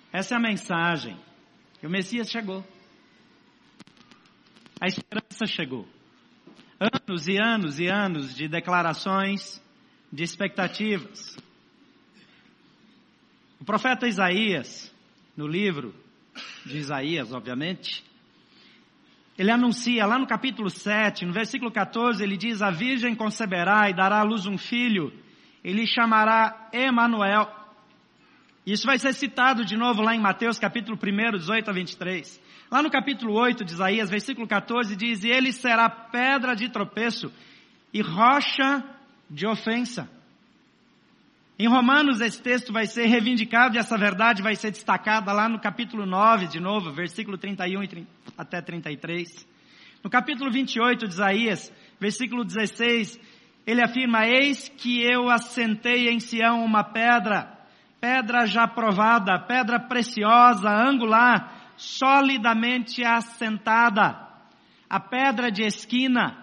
Essa é a mensagem. E o Messias chegou. A esperança chegou. Anos e anos e anos de declarações, de expectativas. O profeta Isaías, no livro de Isaías, obviamente, ele anuncia lá no capítulo 7, no versículo 14, ele diz: a virgem conceberá e dará à luz um filho, ele chamará Emanuel. Isso vai ser citado de novo lá em Mateus capítulo 1, 18 a 23. Lá no capítulo 8 de Isaías, versículo 14, diz: e ele será pedra de tropeço e rocha de ofensa. Em Romanos, esse texto vai ser reivindicado e essa verdade vai ser destacada lá no capítulo 9, de novo, versículo 31 até 33. No capítulo 28 de Isaías, versículo 16, ele afirma: eis que eu assentei em Sião uma pedra, pedra já provada, pedra preciosa, angular, solidamente assentada, a pedra de esquina,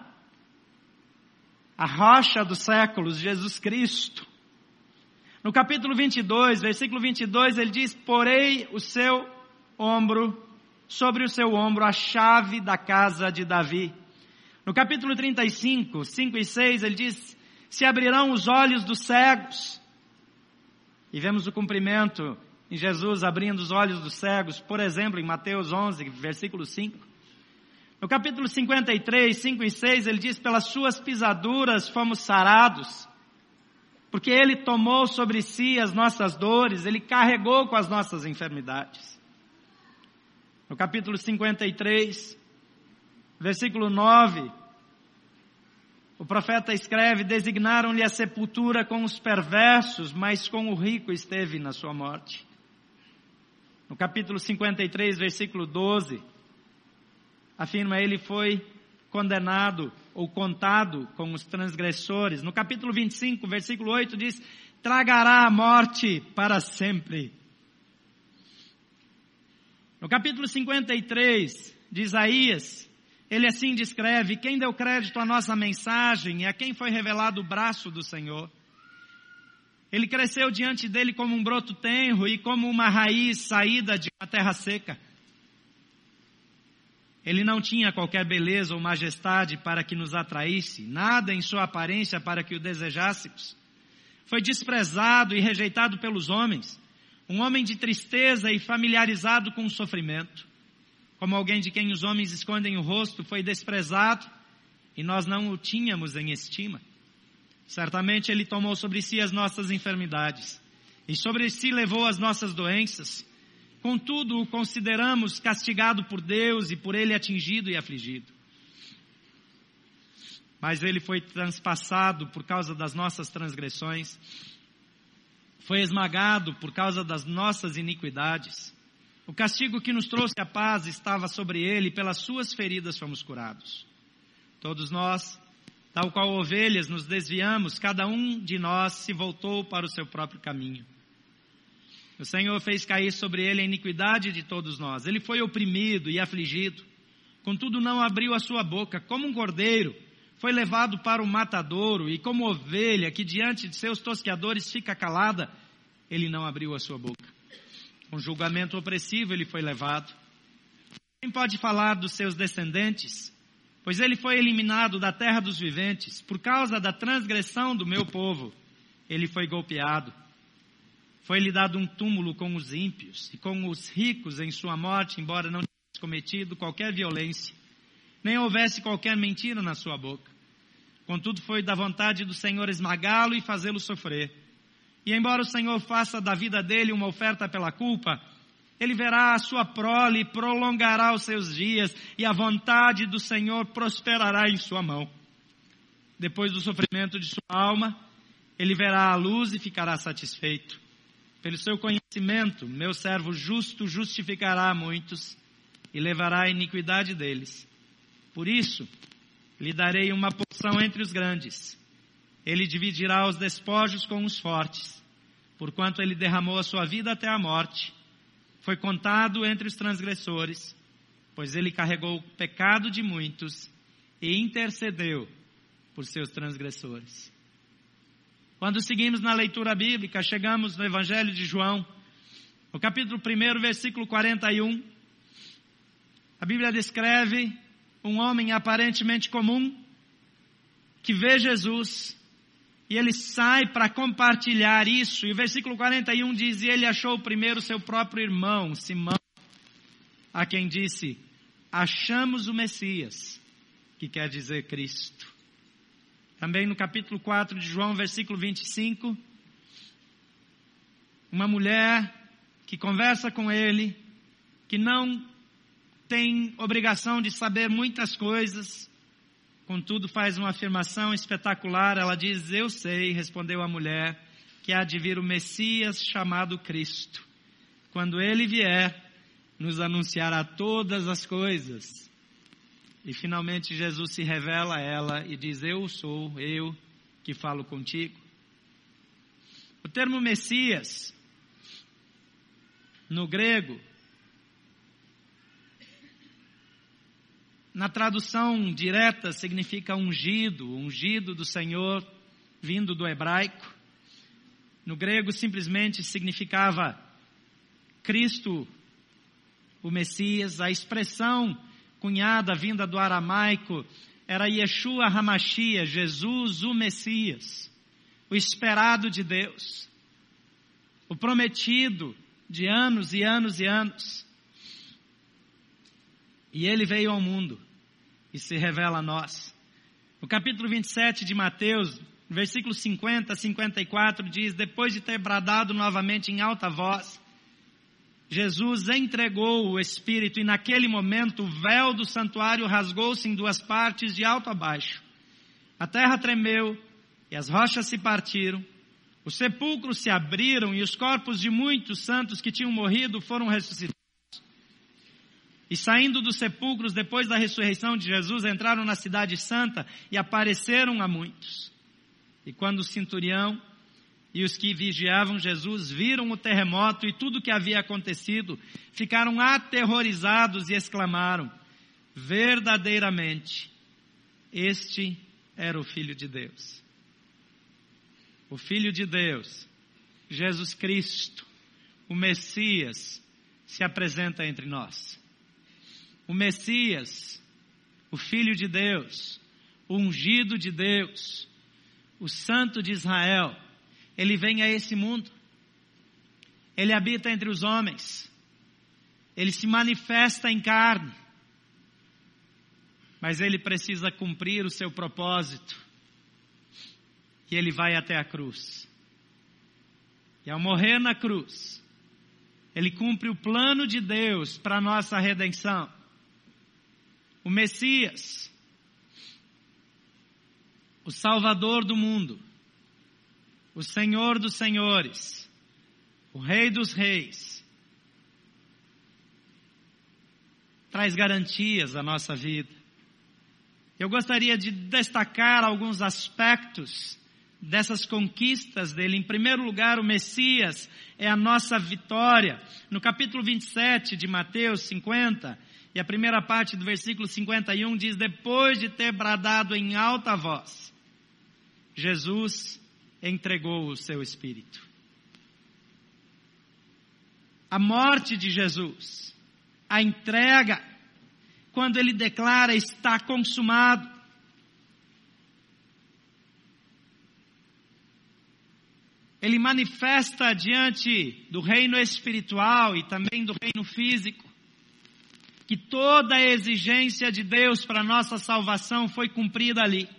a rocha dos séculos, Jesus Cristo. No capítulo 22, versículo 22, ele diz: porei o seu ombro, sobre o seu ombro, a chave da casa de Davi. No capítulo 35, 5 e 6, ele diz: se abrirão os olhos dos cegos. E vemos o cumprimento em Jesus abrindo os olhos dos cegos, por exemplo, em Mateus 11, versículo 5. No capítulo 53, 5 e 6, ele diz: pelas suas pisaduras fomos sarados. Porque ele tomou sobre si as nossas dores, ele carregou com as nossas enfermidades. No capítulo 53, versículo 9, o profeta escreve: designaram-lhe a sepultura com os perversos, mas com o rico esteve na sua morte. No capítulo 53, versículo 12, afirma: ele foi condenado ou contado com os transgressores. No capítulo 25, versículo 8 diz: tragará a morte para sempre. No capítulo 53 de Isaías, ele assim descreve: quem deu crédito à nossa mensagem e a quem foi revelado o braço do Senhor. Ele cresceu diante dele como um broto tenro e como uma raiz saída de uma terra seca. Ele não tinha qualquer beleza ou majestade para que nos atraísse, nada em sua aparência para que o desejássemos. Foi desprezado e rejeitado pelos homens, um homem de tristeza e familiarizado com o sofrimento. Como alguém de quem os homens escondem o rosto, foi desprezado e nós não o tínhamos em estima. Certamente ele tomou sobre si as nossas enfermidades e sobre si levou as nossas doenças. Contudo, o consideramos castigado por Deus e por ele atingido e afligido. Mas ele foi transpassado por causa das nossas transgressões, foi esmagado por causa das nossas iniquidades. O castigo que nos trouxe a paz estava sobre ele, e pelas suas feridas fomos curados. Todos nós, tal qual ovelhas, nos desviamos, cada um de nós se voltou para o seu próprio caminho. O Senhor fez cair sobre ele a iniquidade de todos nós. Ele foi oprimido e afligido, contudo não abriu a sua boca. Como um cordeiro, foi levado para o matadouro, e como ovelha que diante de seus tosqueadores fica calada, ele não abriu a sua boca. Com julgamento opressivo ele foi levado. Quem pode falar dos seus descendentes? Pois ele foi eliminado da terra dos viventes. Por causa da transgressão do meu povo, ele foi golpeado. Foi-lhe dado um túmulo com os ímpios e com os ricos em sua morte, embora não tivesse cometido qualquer violência, nem houvesse qualquer mentira na sua boca. Contudo, foi da vontade do Senhor esmagá-lo e fazê-lo sofrer. E embora o Senhor faça da vida dele uma oferta pela culpa, ele verá a sua prole e prolongará os seus dias, e a vontade do Senhor prosperará em sua mão. Depois do sofrimento de sua alma, ele verá a luz e ficará satisfeito. Pelo seu conhecimento, meu servo justo justificará a muitos e levará a iniquidade deles. Por isso, lhe darei uma porção entre os grandes. Ele dividirá os despojos com os fortes, porquanto ele derramou a sua vida até a morte. Foi contado entre os transgressores, pois ele carregou o pecado de muitos e intercedeu por seus transgressores. Quando seguimos na leitura bíblica, chegamos no Evangelho de João, No capítulo 1, versículo 41, a Bíblia descreve um homem aparentemente comum que vê Jesus e ele sai para compartilhar isso. E o versículo 41 diz: e ele achou primeiro seu próprio irmão, Simão, a quem disse: achamos o Messias, que quer dizer Cristo. Também no capítulo 4 de João, versículo 25, uma mulher que conversa com ele, que não tem obrigação de saber muitas coisas, contudo faz uma afirmação espetacular. Ela diz: eu sei, respondeu a mulher, que há de vir o Messias chamado Cristo. Quando ele vier, nos anunciará todas as coisas. E finalmente Jesus se revela a ela e diz: eu sou eu que falo contigo. O termo Messias, no grego, na tradução direta, significa ungido, ungido do Senhor, vindo do hebraico. No grego, simplesmente significava Cristo, o Messias. A expressão cunhada, vinda do aramaico, era Yeshua HaMashiach, Jesus, o Messias, o esperado de Deus, o prometido de anos e anos e anos. E ele veio ao mundo e se revela a nós. No capítulo 27 de Mateus, versículo 50 a 54, diz: depois de ter bradado novamente em alta voz, Jesus entregou o Espírito, e naquele momento o véu do santuário rasgou-se em duas partes, de alto a baixo. A terra tremeu e as rochas se partiram. Os sepulcros se abriram e os corpos de muitos santos que tinham morrido foram ressuscitados. E saindo dos sepulcros, depois da ressurreição de Jesus, entraram na cidade santa e apareceram a muitos. E quando o centurião e os que vigiavam Jesus viram o terremoto e tudo o que havia acontecido, ficaram aterrorizados e exclamaram: verdadeiramente, este era o Filho de Deus. O Filho de Deus, Jesus Cristo, o Messias, se apresenta entre nós. O Messias, o Filho de Deus, o ungido de Deus, o Santo de Israel, ele vem a esse mundo, ele habita entre os homens, ele se manifesta em carne, mas ele precisa cumprir o seu propósito, e ele vai até a cruz. E ao morrer na cruz, ele cumpre o plano de Deus para a nossa redenção. O Messias, o Salvador do mundo, o Senhor dos senhores, o Rei dos reis, traz garantias à nossa vida. Eu gostaria de destacar alguns aspectos dessas conquistas dele. Em primeiro lugar, o Messias é a nossa vitória. No capítulo 27 de Mateus 50, e a primeira parte do versículo 51 diz: depois de ter bradado em alta voz, Jesus entregou o seu Espírito. A morte de Jesus, a entrega, quando ele declara: está consumado. Ele manifesta diante do reino espiritual e também do reino físico que toda a exigência de Deus para a nossa salvação foi cumprida ali.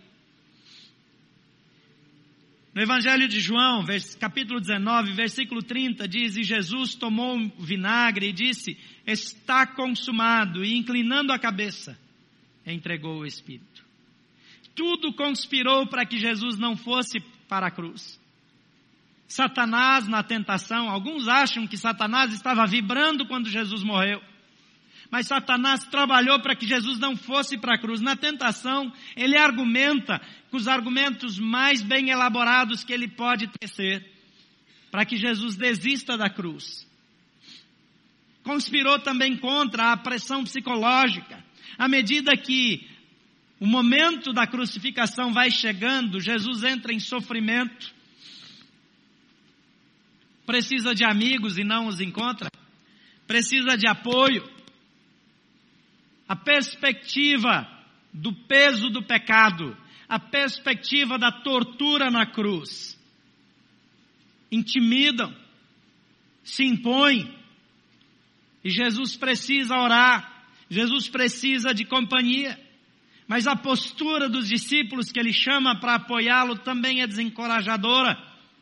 No Evangelho de João, capítulo 19, versículo 30, diz: e Jesus tomou o vinagre e disse: está consumado, e inclinando a cabeça, entregou o Espírito. Tudo conspirou para que Jesus não fosse para a cruz. Satanás na tentação, alguns acham que Satanás estava vibrando quando Jesus morreu. Mas Satanás trabalhou para que Jesus não fosse para a cruz. Na tentação, ele argumenta com os argumentos mais bem elaborados que ele pode tecer, para que Jesus desista da cruz. Conspirou também contra a pressão psicológica. À medida que o momento da crucificação vai chegando, Jesus entra em sofrimento. precisa de amigos e não os encontra, precisa de apoio. A perspectiva do peso do pecado, a perspectiva da tortura na cruz, intimidam, se impõem, e Jesus precisa orar, Jesus precisa de companhia, mas a postura dos discípulos que ele chama para apoiá-lo também é desencorajadora.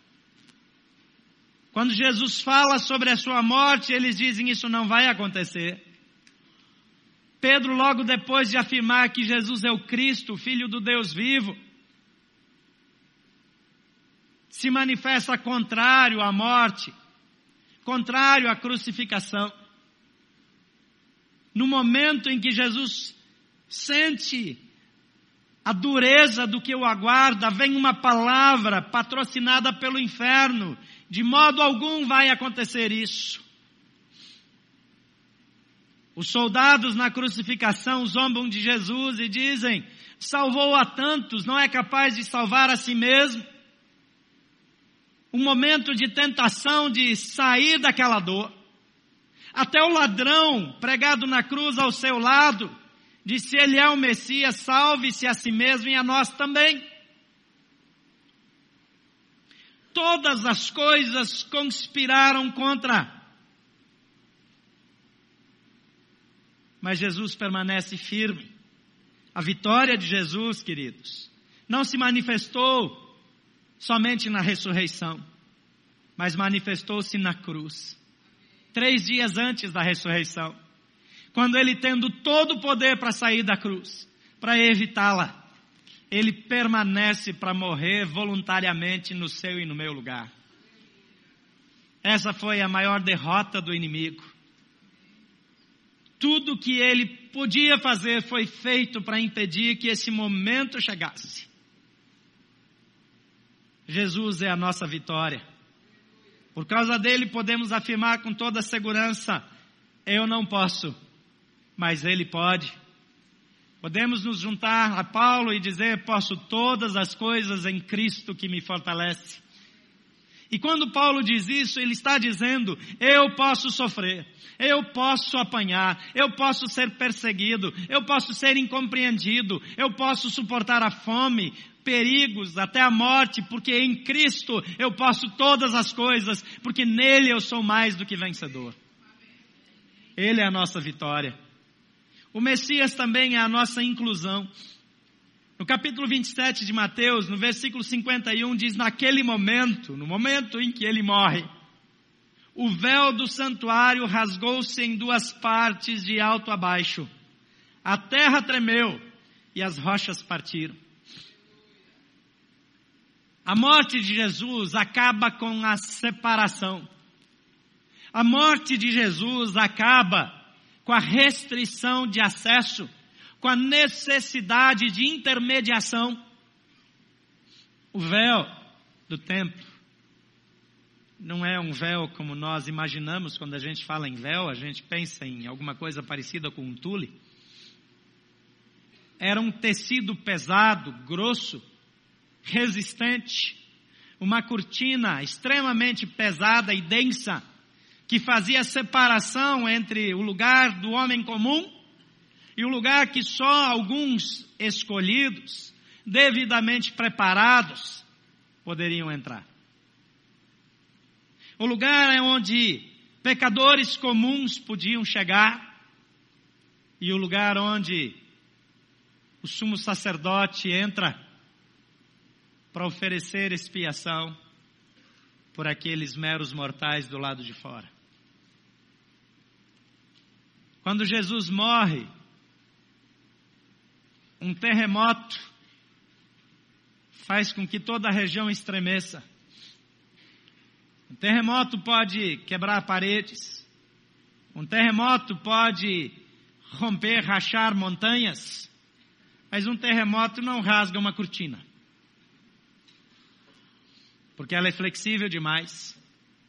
Quando Jesus fala sobre a sua morte, eles dizem: isso não vai acontecer. Pedro, logo depois de afirmar que Jesus é o Cristo, o Filho do Deus vivo, se manifesta contrário à morte, contrário à crucificação. No momento em que Jesus sente a dureza do que o aguarda, vem uma palavra patrocinada pelo inferno: de modo algum vai acontecer isso. Os soldados na crucificação zombam de Jesus e dizem: salvou a tantos, não é capaz de salvar a si mesmo. Um momento de tentação de sair daquela dor. Até o ladrão pregado na cruz ao seu lado disse: ele é o Messias, salve-se a si mesmo e a nós também. Todas as coisas conspiraram contra. Mas Jesus permanece firme. A vitória de Jesus, queridos, não se manifestou somente na ressurreição, mas manifestou-se na cruz. 3 dias antes da ressurreição, quando ele, tendo todo o poder para sair da cruz, para evitá-la, ele permanece para morrer voluntariamente no seu e no meu lugar. Essa foi a maior derrota do inimigo. Tudo que ele podia fazer foi feito para impedir que esse momento chegasse. Jesus é a nossa vitória. Por causa dele podemos afirmar com toda segurança: eu não posso, mas ele pode. Podemos nos juntar a Paulo e dizer: posso todas as coisas em Cristo que me fortalece. E quando Paulo diz isso, ele está dizendo: eu posso sofrer, eu posso apanhar, eu posso ser perseguido, eu posso ser incompreendido, eu posso suportar a fome, perigos, até a morte, porque em Cristo eu posso todas as coisas, porque nele eu sou mais do que vencedor. Ele é a nossa vitória. O Messias também é a nossa inclusão. No capítulo 27 de Mateus, no versículo 51, diz: naquele momento, no momento em que ele morre, o véu do santuário rasgou-se em 2 partes de alto a baixo. A terra tremeu e as rochas partiram. A morte de Jesus acaba com a separação. A morte de Jesus acaba com a restrição de acesso, com a necessidade de intermediação. O véu do templo não é um véu como nós imaginamos. Quando a gente fala em véu, a gente pensa em alguma coisa parecida com um tule. Era um tecido pesado, grosso, resistente, uma cortina extremamente pesada e densa, que fazia separação entre o lugar do homem comum e o lugar que só alguns escolhidos, devidamente preparados, poderiam entrar. O lugar é onde pecadores comuns podiam chegar, e o lugar onde o sumo sacerdote entra para oferecer expiação por aqueles meros mortais do lado de fora. Quando Jesus morre, um terremoto faz com que toda a região estremeça. Um terremoto pode quebrar paredes. Um terremoto pode romper, rachar montanhas. Mas um terremoto não rasga uma cortina, porque ela é flexível demais.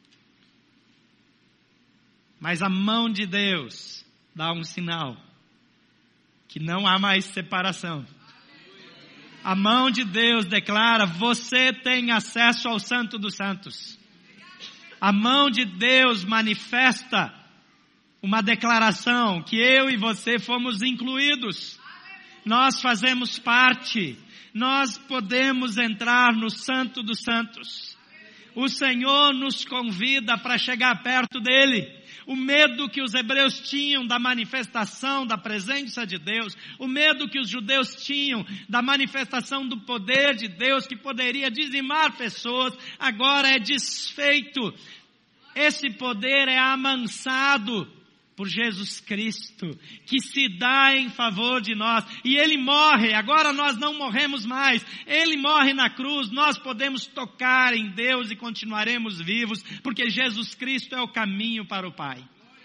Mas a mão de Deus dá um sinal que não há mais separação. A mão de Deus declara: você tem acesso ao Santo dos Santos. A mão de Deus manifesta uma declaração que eu e você fomos incluídos. Nós fazemos parte. Nós podemos entrar no Santo dos Santos. O Senhor nos convida para chegar perto dele. O medo que os hebreus tinham da manifestação da presença de Deus, o medo que os judeus tinham da manifestação do poder de Deus que poderia dizimar pessoas, agora é desfeito. Esse poder é amansado por Jesus Cristo, que se dá em favor de nós. E Ele morre, agora nós não morremos mais. Ele morre na cruz, nós podemos tocar em Deus e continuaremos vivos, porque Jesus Cristo é o caminho para o Pai.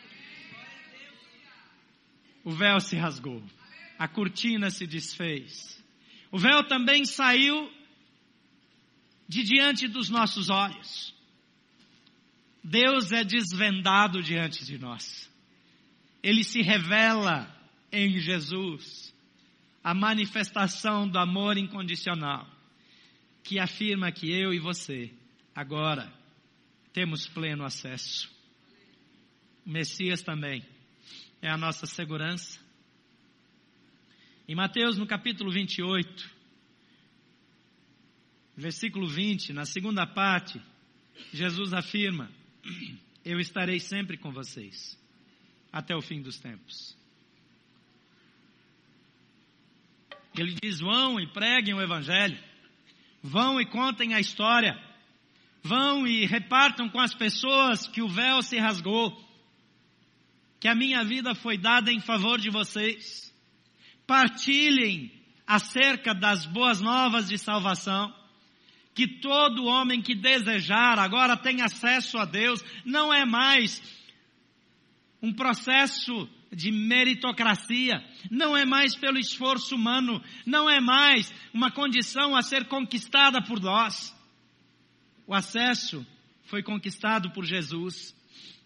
O véu se rasgou, a cortina se desfez. O véu também saiu de diante dos nossos olhos. Deus é desvendado diante de nós. Ele se revela em Jesus, a manifestação do amor incondicional, que afirma que eu e você, agora, temos pleno acesso. O Messias também é a nossa segurança. Em Mateus, no capítulo 28, versículo 20, na segunda parte, Jesus afirma: eu estarei sempre com vocês, até o fim dos tempos. Ele diz: vão e preguem o Evangelho, vão e contem a história, vão e repartam com as pessoas que o véu se rasgou, que a minha vida foi dada em favor de vocês. Partilhem acerca das boas novas de salvação, que todo homem que desejar agora tem acesso a Deus. Não é mais um processo de meritocracia, não é mais pelo esforço humano, não é mais uma condição a ser conquistada por nós. O acesso foi conquistado por Jesus.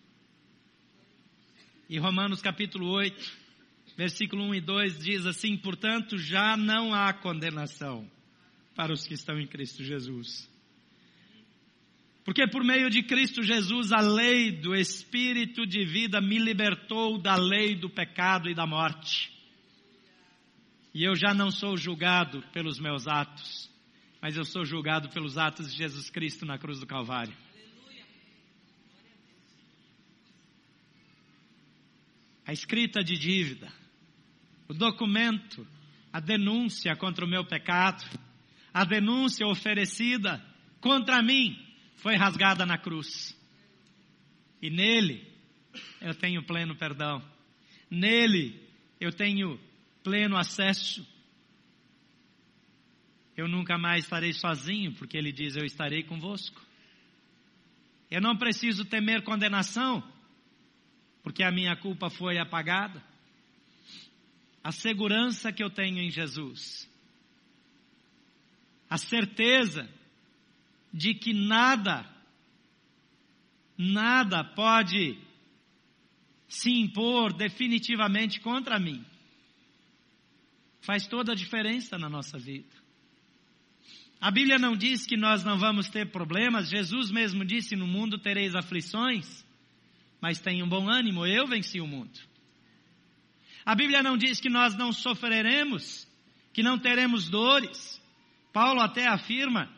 E Romanos capítulo 8, versículo 1 e 2 diz assim: portanto já não há condenação para os que estão em Cristo Jesus. Porque por meio de Cristo Jesus, a lei do Espírito de vida me libertou da lei do pecado e da morte. E eu já não sou julgado pelos meus atos, mas eu sou julgado pelos atos de Jesus Cristo na cruz do Calvário. A escrita de dívida, o documento, a denúncia contra o meu pecado, a denúncia oferecida contra mim, foi rasgada na cruz. E nele eu tenho pleno perdão. Nele eu tenho pleno acesso. Eu nunca mais estarei sozinho, porque ele diz: eu estarei convosco. Eu não preciso temer condenação, porque a minha culpa foi apagada. A segurança que eu tenho em Jesus, a certeza de que nada pode se impor definitivamente contra mim, faz toda a diferença na nossa vida. A Bíblia não diz que nós não vamos ter problemas. Jesus mesmo disse: no mundo tereis aflições, mas tenham bom ânimo, eu venci o mundo. A Bíblia não diz que nós não sofreremos, que não teremos dores. Paulo até afirma: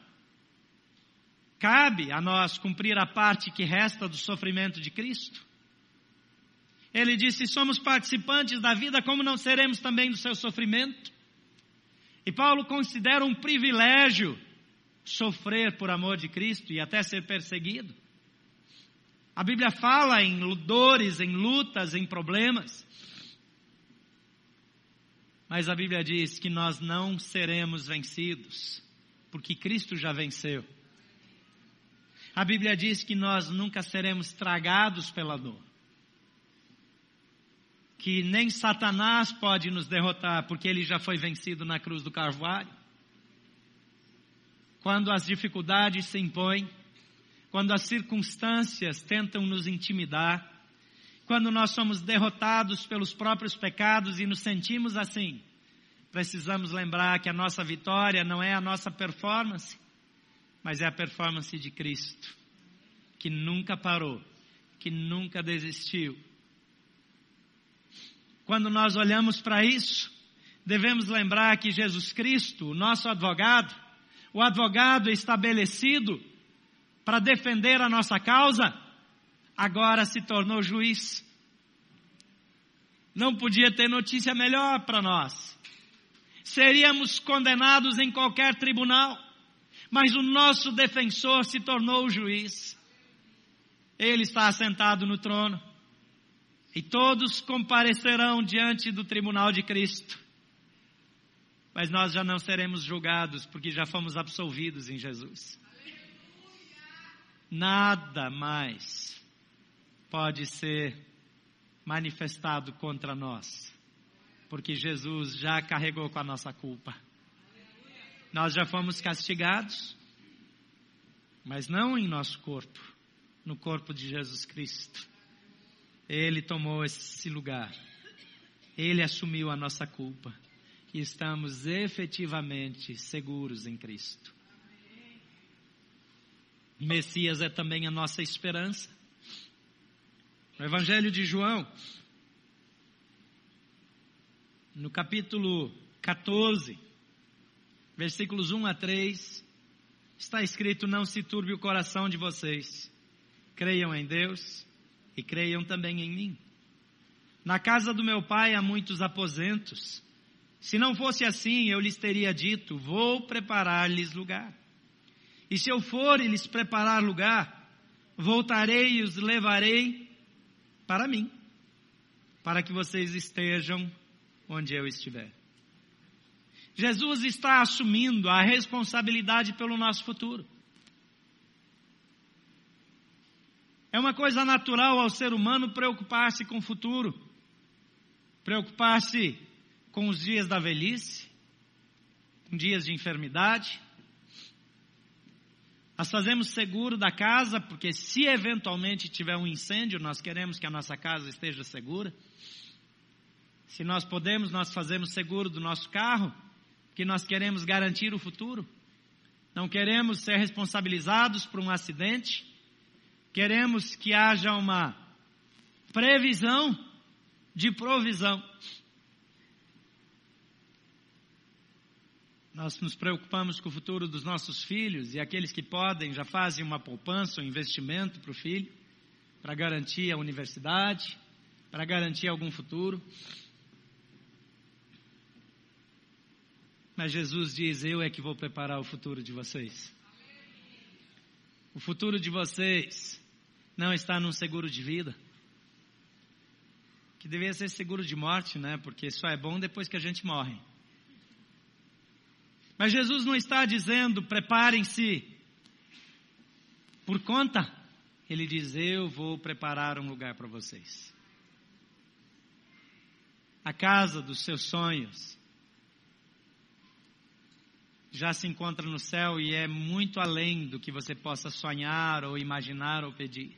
cabe a nós cumprir a parte que resta do sofrimento de Cristo. Ele disse: se somos participantes da vida, como não seremos também do seu sofrimento? E Paulo considera um privilégio sofrer por amor de Cristo e até ser perseguido. A Bíblia fala em dores, em lutas, em problemas. Mas a Bíblia diz que nós não seremos vencidos, porque Cristo já venceu. A Bíblia diz que nós nunca seremos tragados pela dor, que nem Satanás pode nos derrotar, porque ele já foi vencido na cruz do Calvário. Quando as dificuldades se impõem, quando as circunstâncias tentam nos intimidar, quando nós somos derrotados pelos próprios pecados e nos sentimos assim, precisamos lembrar que a nossa vitória não é a nossa performance, mas é a performance de Cristo. que nunca parou, que nunca desistiu. Quando nós olhamos para isso, devemos lembrar que Jesus Cristo, o nosso advogado, o advogado estabelecido para defender a nossa causa, agora se tornou juiz. Não podia ter notícia melhor para nós. Seríamos condenados em qualquer tribunal, mas o nosso defensor se tornou o juiz. Ele está assentado no trono, e todos comparecerão diante do tribunal de Cristo. Mas nós já não seremos julgados, porque já fomos absolvidos em Jesus. Nada mais pode ser manifestado contra nós, porque Jesus já carregou com a nossa culpa. Nós já fomos castigados, mas não em nosso corpo, no corpo de Jesus Cristo. Ele tomou esse lugar, Ele assumiu a nossa culpa, e estamos efetivamente seguros em Cristo. O Messias é também a nossa esperança. No Evangelho de João, no capítulo 14, versículos 1 a 3, está escrito: não se turbe o coração de vocês, creiam em Deus e creiam também em mim. Na casa do meu pai há muitos aposentos. Se não fosse assim, eu lhes teria dito: vou preparar-lhes lugar. E se eu for e lhes preparar lugar, voltarei e os levarei para mim, para que vocês estejam onde eu estiver. Jesus está assumindo a responsabilidade pelo nosso futuro. É uma coisa natural ao ser humano preocupar-se com o futuro, preocupar-se com os dias da velhice, com dias de enfermidade. Nós fazemos seguro da casa, porque se eventualmente tiver um incêndio, nós queremos que a nossa casa esteja segura. Se nós podemos, nós fazemos seguro do nosso carro, porque nós queremos garantir o futuro. Não queremos ser responsabilizados por um acidente. Queremos que haja uma previsão de provisão. Nós nos preocupamos com o futuro dos nossos filhos, e aqueles que podem já fazem uma poupança, um investimento para o filho, para garantir a universidade, para garantir algum futuro. Mas Jesus diz: eu é que vou preparar o futuro de vocês. O futuro de vocês não está num seguro de vida, que deveria ser seguro de morte, né? Porque só é bom depois que a gente morre. Mas Jesus não está dizendo: preparem-se por conta. Ele diz: eu vou preparar um lugar para vocês. A casa dos seus sonhos já se encontra no céu, e é muito além do que você possa sonhar ou imaginar ou pedir.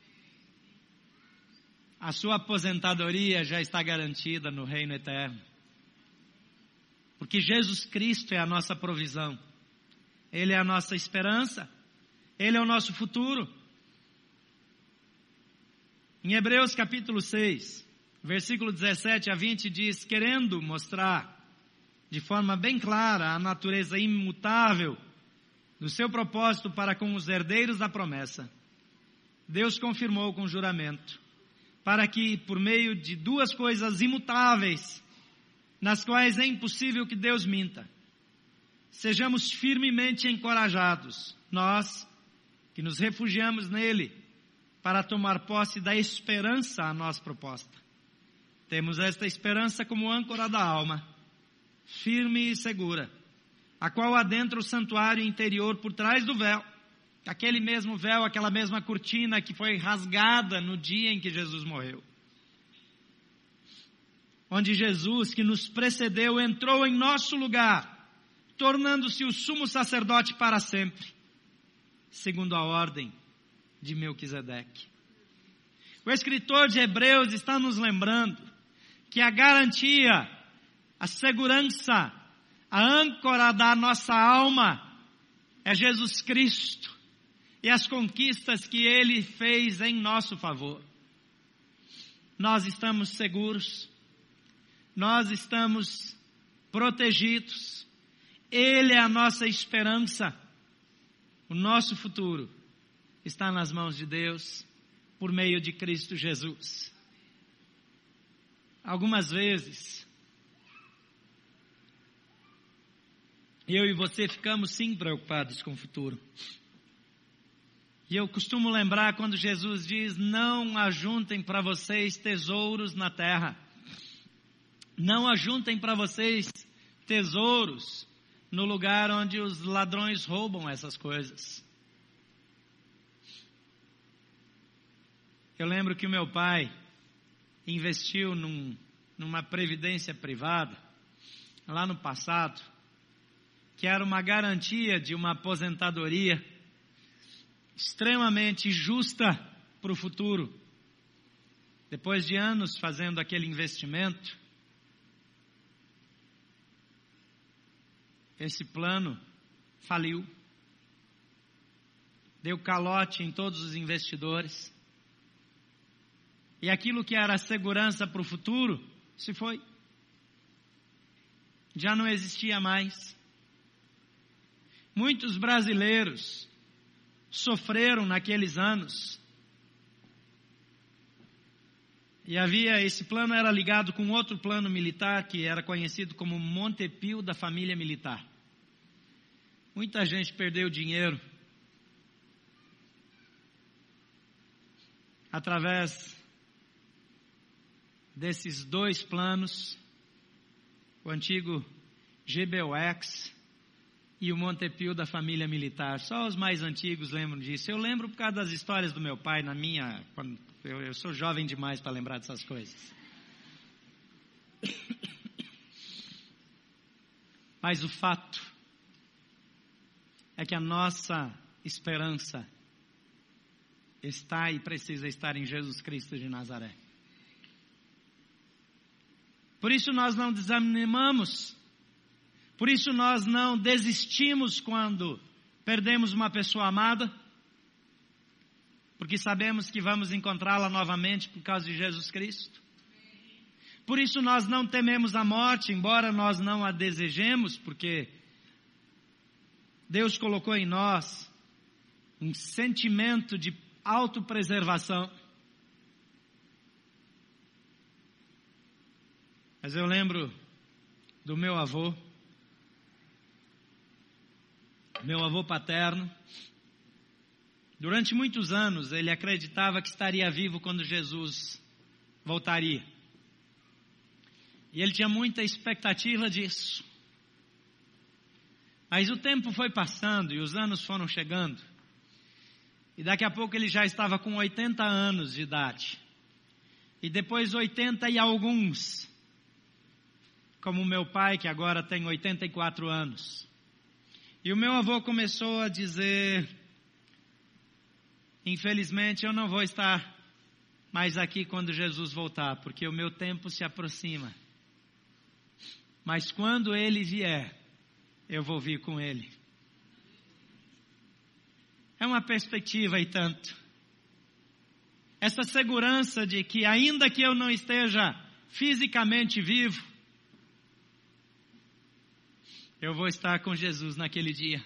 A sua aposentadoria já está garantida no reino eterno, porque Jesus Cristo é a nossa provisão. Ele é a nossa esperança, Ele é o nosso futuro. Em Hebreus capítulo 6, versículo 17 a 20 diz: querendo mostrar de forma bem clara a natureza imutável do seu propósito para com os herdeiros da promessa, Deus confirmou com juramento, para que, por meio de duas coisas imutáveis, nas quais é impossível que Deus minta, sejamos firmemente encorajados, nós que nos refugiamos nele, para tomar posse da esperança a nós proposta. Temos esta esperança como âncora da alma, firme e segura, a qual adentra o santuário interior por trás do véu, aquele mesmo véu, aquela mesma cortina que foi rasgada no dia em que Jesus morreu. Onde Jesus, que nos precedeu, entrou em nosso lugar, tornando-se o sumo sacerdote para sempre, segundo a ordem de Melquisedeque. O escritor de Hebreus está nos lembrando que a garantia, a segurança, a âncora da nossa alma é Jesus Cristo. E e as conquistas que Ele fez em nosso favor. Nós estamos seguros, nós estamos protegidos, Ele é a nossa esperança, o nosso futuro está nas mãos de Deus, por meio de Cristo Jesus. Algumas vezes, eu e você ficamos sim preocupados com o futuro. E eu costumo lembrar quando Jesus diz: não ajuntem para vocês tesouros na terra. Não ajuntem para vocês tesouros no lugar onde os ladrões roubam essas coisas. Eu lembro que o meu pai investiu numa previdência privada, lá no passado, que era uma garantia de uma aposentadoria extremamente justa para o futuro. Depois de anos fazendo aquele investimento, esse plano faliu, deu calote em todos os investidores, e aquilo que era segurança para o futuro se foi, já não existia mais. Muitos brasileiros sofreram naqueles anos, e esse plano era ligado com outro plano militar que era conhecido como Montepio da família militar. Muita gente perdeu dinheiro através desses dois planos, o antigo GBOX e o Montepio da família militar. Só os mais antigos lembram disso. Eu lembro por causa das histórias do meu pai, eu sou jovem demais para lembrar dessas coisas. Mas o fato é que a nossa esperança está e precisa estar em Jesus Cristo de Nazaré. Por isso nós não desanimamos, por isso nós não desistimos quando perdemos uma pessoa amada, porque sabemos que vamos encontrá-la novamente por causa de Jesus Cristo. Por isso nós não tememos a morte, embora nós não a desejemos, porque Deus colocou em nós um sentimento de autopreservação. Mas eu lembro do meu avô paterno. Durante muitos anos ele acreditava que estaria vivo quando Jesus voltaria. E ele tinha muita expectativa disso. Mas o tempo foi passando e os anos foram chegando. E daqui a pouco ele já estava com 80 anos de idade. E depois 80 e alguns. Como o meu pai, que agora tem 84 anos. E o meu avô começou a dizer: infelizmente eu não vou estar mais aqui quando Jesus voltar, porque o meu tempo se aproxima. Mas quando ele vier, eu vou vir com ele. É uma perspectiva e tanto. Essa segurança de que ainda que eu não esteja fisicamente vivo, eu vou estar com Jesus naquele dia.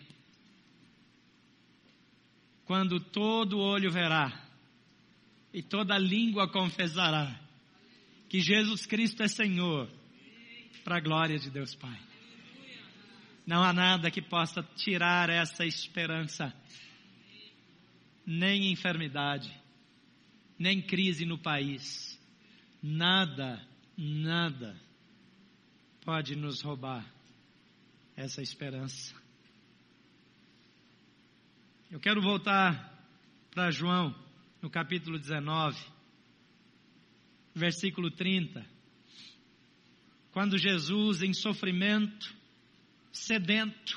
Quando todo olho verá e toda língua confessará que Jesus Cristo é Senhor, para a glória de Deus Pai. Não há nada que possa tirar essa esperança, nem enfermidade, nem crise no país. Nada pode nos roubar essa esperança. Eu quero voltar para João, no capítulo 19, versículo 30. Quando Jesus, em sofrimento, sedento,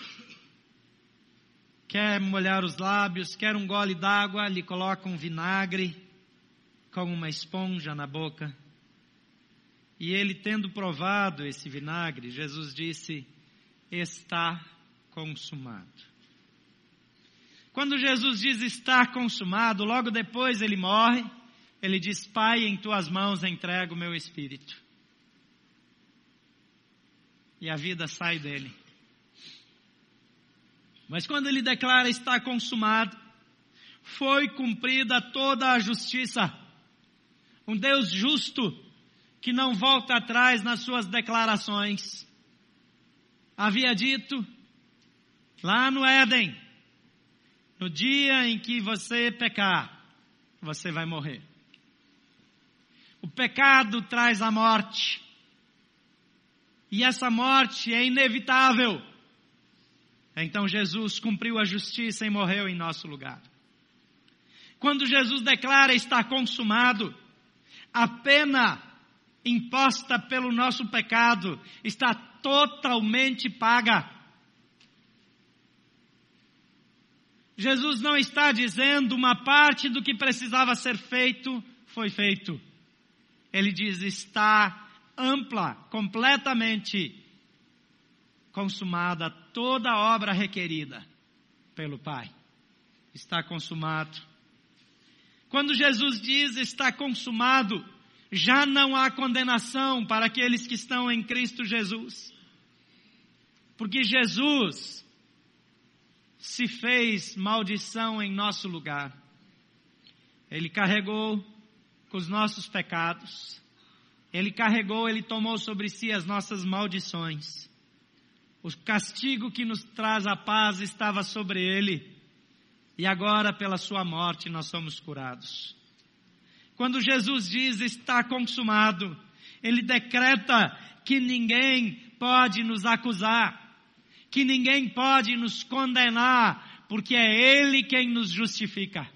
quer molhar os lábios, quer um gole d'água, lhe coloca um vinagre com uma esponja na boca. E ele, tendo provado esse vinagre, Jesus disse: está consumado. Quando Jesus diz está consumado, logo depois ele morre, ele diz, Pai, em tuas mãos entrego o meu espírito. E a vida sai dele. Mas quando ele declara está consumado, foi cumprida toda a justiça. Um Deus justo que não volta atrás nas suas declarações. Havia dito lá no Éden, no dia em que você pecar, você vai morrer. O pecado traz a morte. E essa morte é inevitável. Então Jesus cumpriu a justiça e morreu em nosso lugar. Quando Jesus declara está consumado, a pena imposta pelo nosso pecado está totalmente paga. Jesus não está dizendo uma parte do que precisava ser feito, foi feito. Ele diz está ampla, completamente consumada toda a obra requerida pelo Pai. Está consumado. Quando Jesus diz está consumado, já não há condenação para aqueles que estão em Cristo Jesus. Porque Jesus se fez maldição em nosso lugar. Ele carregou com os nossos pecados. Ele carregou, ele tomou sobre si as nossas maldições. O castigo que nos traz a paz estava sobre ele. E agora, pela sua morte, nós somos curados. Quando Jesus diz está consumado, ele decreta que ninguém pode nos acusar, que ninguém pode nos condenar, porque é ele quem nos justifica.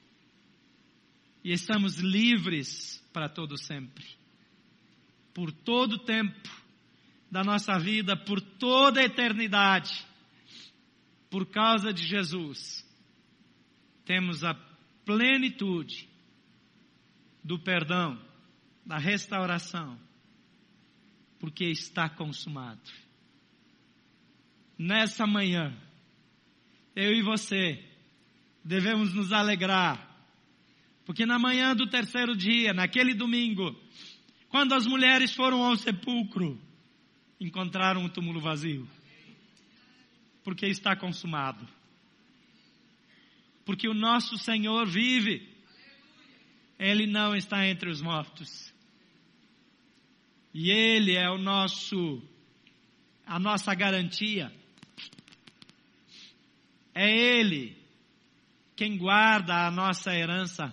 E estamos livres para todo sempre. Por todo o tempo da nossa vida, por toda a eternidade, por causa de Jesus, temos a plenitude do perdão, da restauração, porque está consumado. Nessa manhã, eu e você devemos nos alegrar, porque na manhã do terceiro dia, naquele domingo, quando as mulheres foram ao sepulcro, encontraram o túmulo vazio. Porque está consumado. Porque o nosso Senhor vive. Ele não está entre os mortos. E Ele é a nossa garantia. É Ele quem guarda a nossa herança.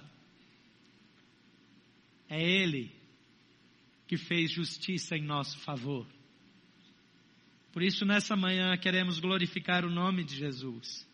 É Ele que fez justiça em nosso favor. Por isso, nessa manhã, queremos glorificar o nome de Jesus.